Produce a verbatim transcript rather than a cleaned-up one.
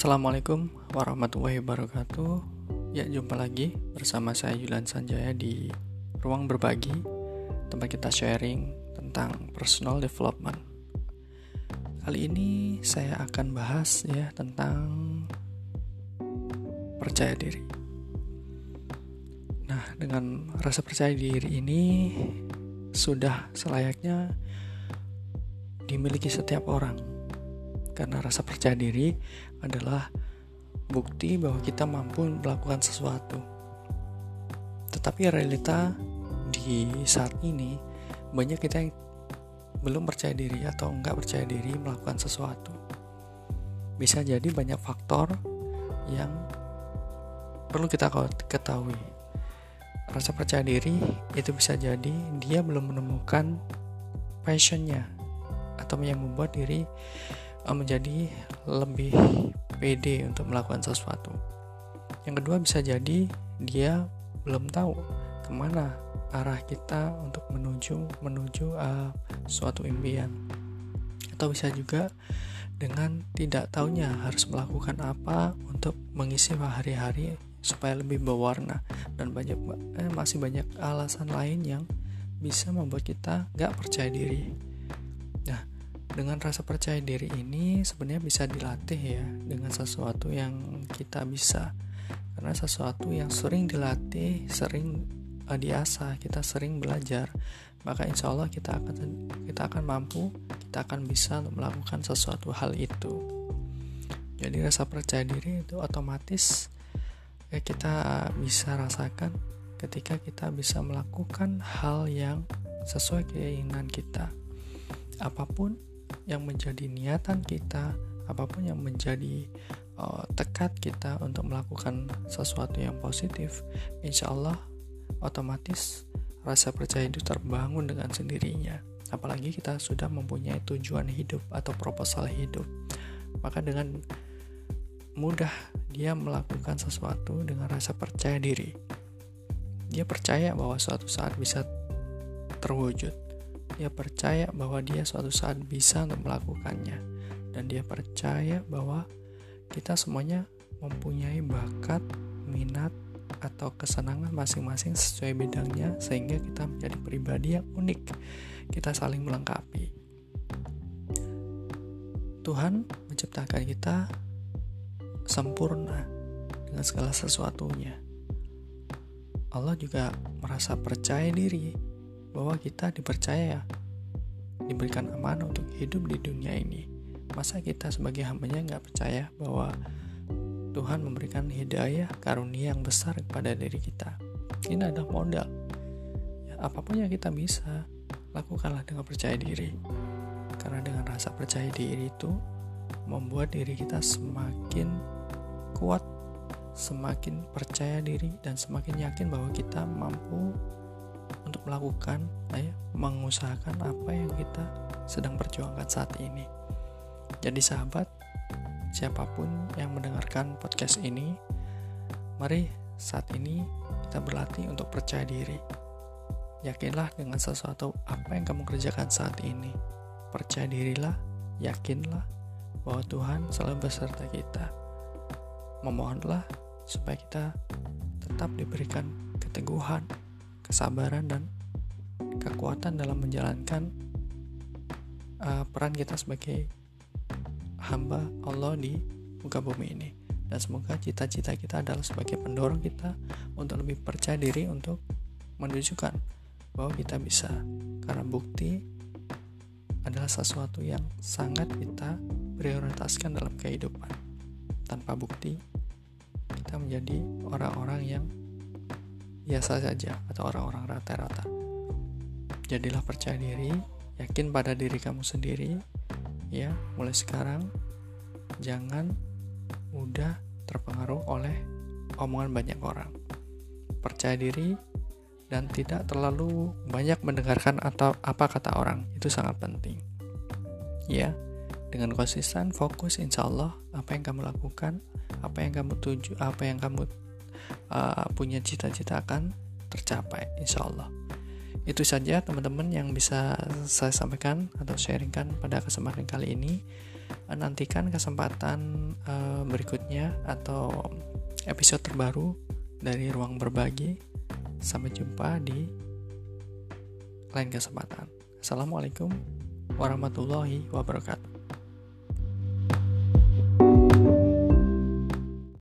Assalamualaikum warahmatullahi wabarakatuh. Ya, jumpa lagi bersama saya Yulian Sanjaya di Ruang Berbagi, tempat kita sharing tentang personal development. Kali ini saya akan bahas ya tentang percaya diri. Nah, dengan rasa percaya diri ini sudah selayaknya dimiliki setiap orang. Karena rasa percaya diri adalah bukti bahwa kita mampu melakukan sesuatu. Tetapi realita di saat ini banyak kita yang belum percaya diri atau enggak percaya diri melakukan sesuatu. Bisa jadi banyak faktor yang perlu kita ketahui. Rasa percaya diri itu bisa jadi dia belum menemukan passionnya atau yang membuat diri menjadi lebih pede untuk melakukan sesuatu. Yang kedua bisa jadi dia belum tahu kemana arah kita untuk menuju menuju uh, suatu impian. Atau bisa juga dengan tidak tahunya harus melakukan apa untuk mengisi hari-hari supaya lebih berwarna, dan banyak eh, masih banyak alasan lain yang bisa membuat kita gak percaya diri. Nah, dengan rasa percaya diri ini sebenarnya bisa dilatih ya dengan sesuatu yang kita bisa. Karena sesuatu yang sering dilatih, sering uh, diasah, kita sering belajar, maka insya Allah kita akan kita akan mampu, kita akan bisa melakukan sesuatu hal itu. Jadi rasa percaya diri itu otomatis ya kita bisa rasakan ketika kita bisa melakukan hal yang sesuai keinginan kita. Apapun yang menjadi niatan kita, apapun yang menjadi uh, tekad kita untuk melakukan sesuatu yang positif, insya Allah otomatis rasa percaya itu terbangun dengan sendirinya. Apalagi kita sudah mempunyai tujuan hidup atau proposal hidup, maka dengan mudah dia melakukan sesuatu dengan rasa percaya diri. Dia percaya bahwa suatu saat bisa terwujud. Dia percaya bahwa dia suatu saat bisa untuk melakukannya, dan dia percaya bahwa kita semuanya mempunyai bakat, minat, atau kesenangan masing-masing sesuai bidangnya, sehingga kita menjadi pribadi yang unik. Kita saling melengkapi. Tuhan menciptakan kita sempurna dengan segala sesuatunya. Allah juga merasa percaya diri bahwa kita dipercaya, diberikan amanah untuk hidup di dunia ini. Masa kita sebagai hambanya gak percaya bahwa Tuhan memberikan hidayah, karunia yang besar kepada diri kita. Ini adalah modal ya, apapun yang kita bisa, lakukanlah dengan percaya diri. Karena dengan rasa percaya diri itu membuat diri kita semakin kuat, semakin percaya diri, dan semakin yakin bahwa kita mampu untuk melakukan, ya, mengusahakan apa yang kita sedang perjuangkan saat ini. Jadi sahabat, siapapun yang mendengarkan podcast ini, mari saat ini kita berlatih untuk percaya diri. Yakinlah dengan sesuatu apa yang kamu kerjakan saat ini. Percaya dirilah, yakinlah bahwa Tuhan selalu beserta kita. Memohonlah supaya kita tetap diberikan keteguhan, kesabaran, dan kekuatan dalam menjalankan uh, peran kita sebagai hamba Allah di muka bumi ini. Dan semoga cita-cita kita adalah sebagai pendorong kita untuk lebih percaya diri, untuk menunjukkan bahwa kita bisa. Karena bukti adalah sesuatu yang sangat kita prioritaskan dalam kehidupan. Tanpa bukti, kita menjadi orang-orang yang biasa saja atau orang-orang rata-rata. Jadilah percaya diri, yakin pada diri kamu sendiri. Ya, mulai sekarang jangan mudah terpengaruh oleh omongan banyak orang. Percaya diri dan tidak terlalu banyak mendengarkan atau apa kata orang. Itu sangat penting. Ya, dengan konsisten fokus, insya Allah apa yang kamu lakukan, apa yang kamu tuju, apa yang kamu uh, punya cita-cita akan tercapai, insya Allah. Itu saja teman-teman yang bisa saya sampaikan atau sharingkan pada kesempatan kali ini. nantikan kesempatan uh, berikutnya atau episode terbaru dari Ruang Berbagi. Sampai jumpa di lain kesempatan. Assalamualaikum warahmatullahi wabarakatuh.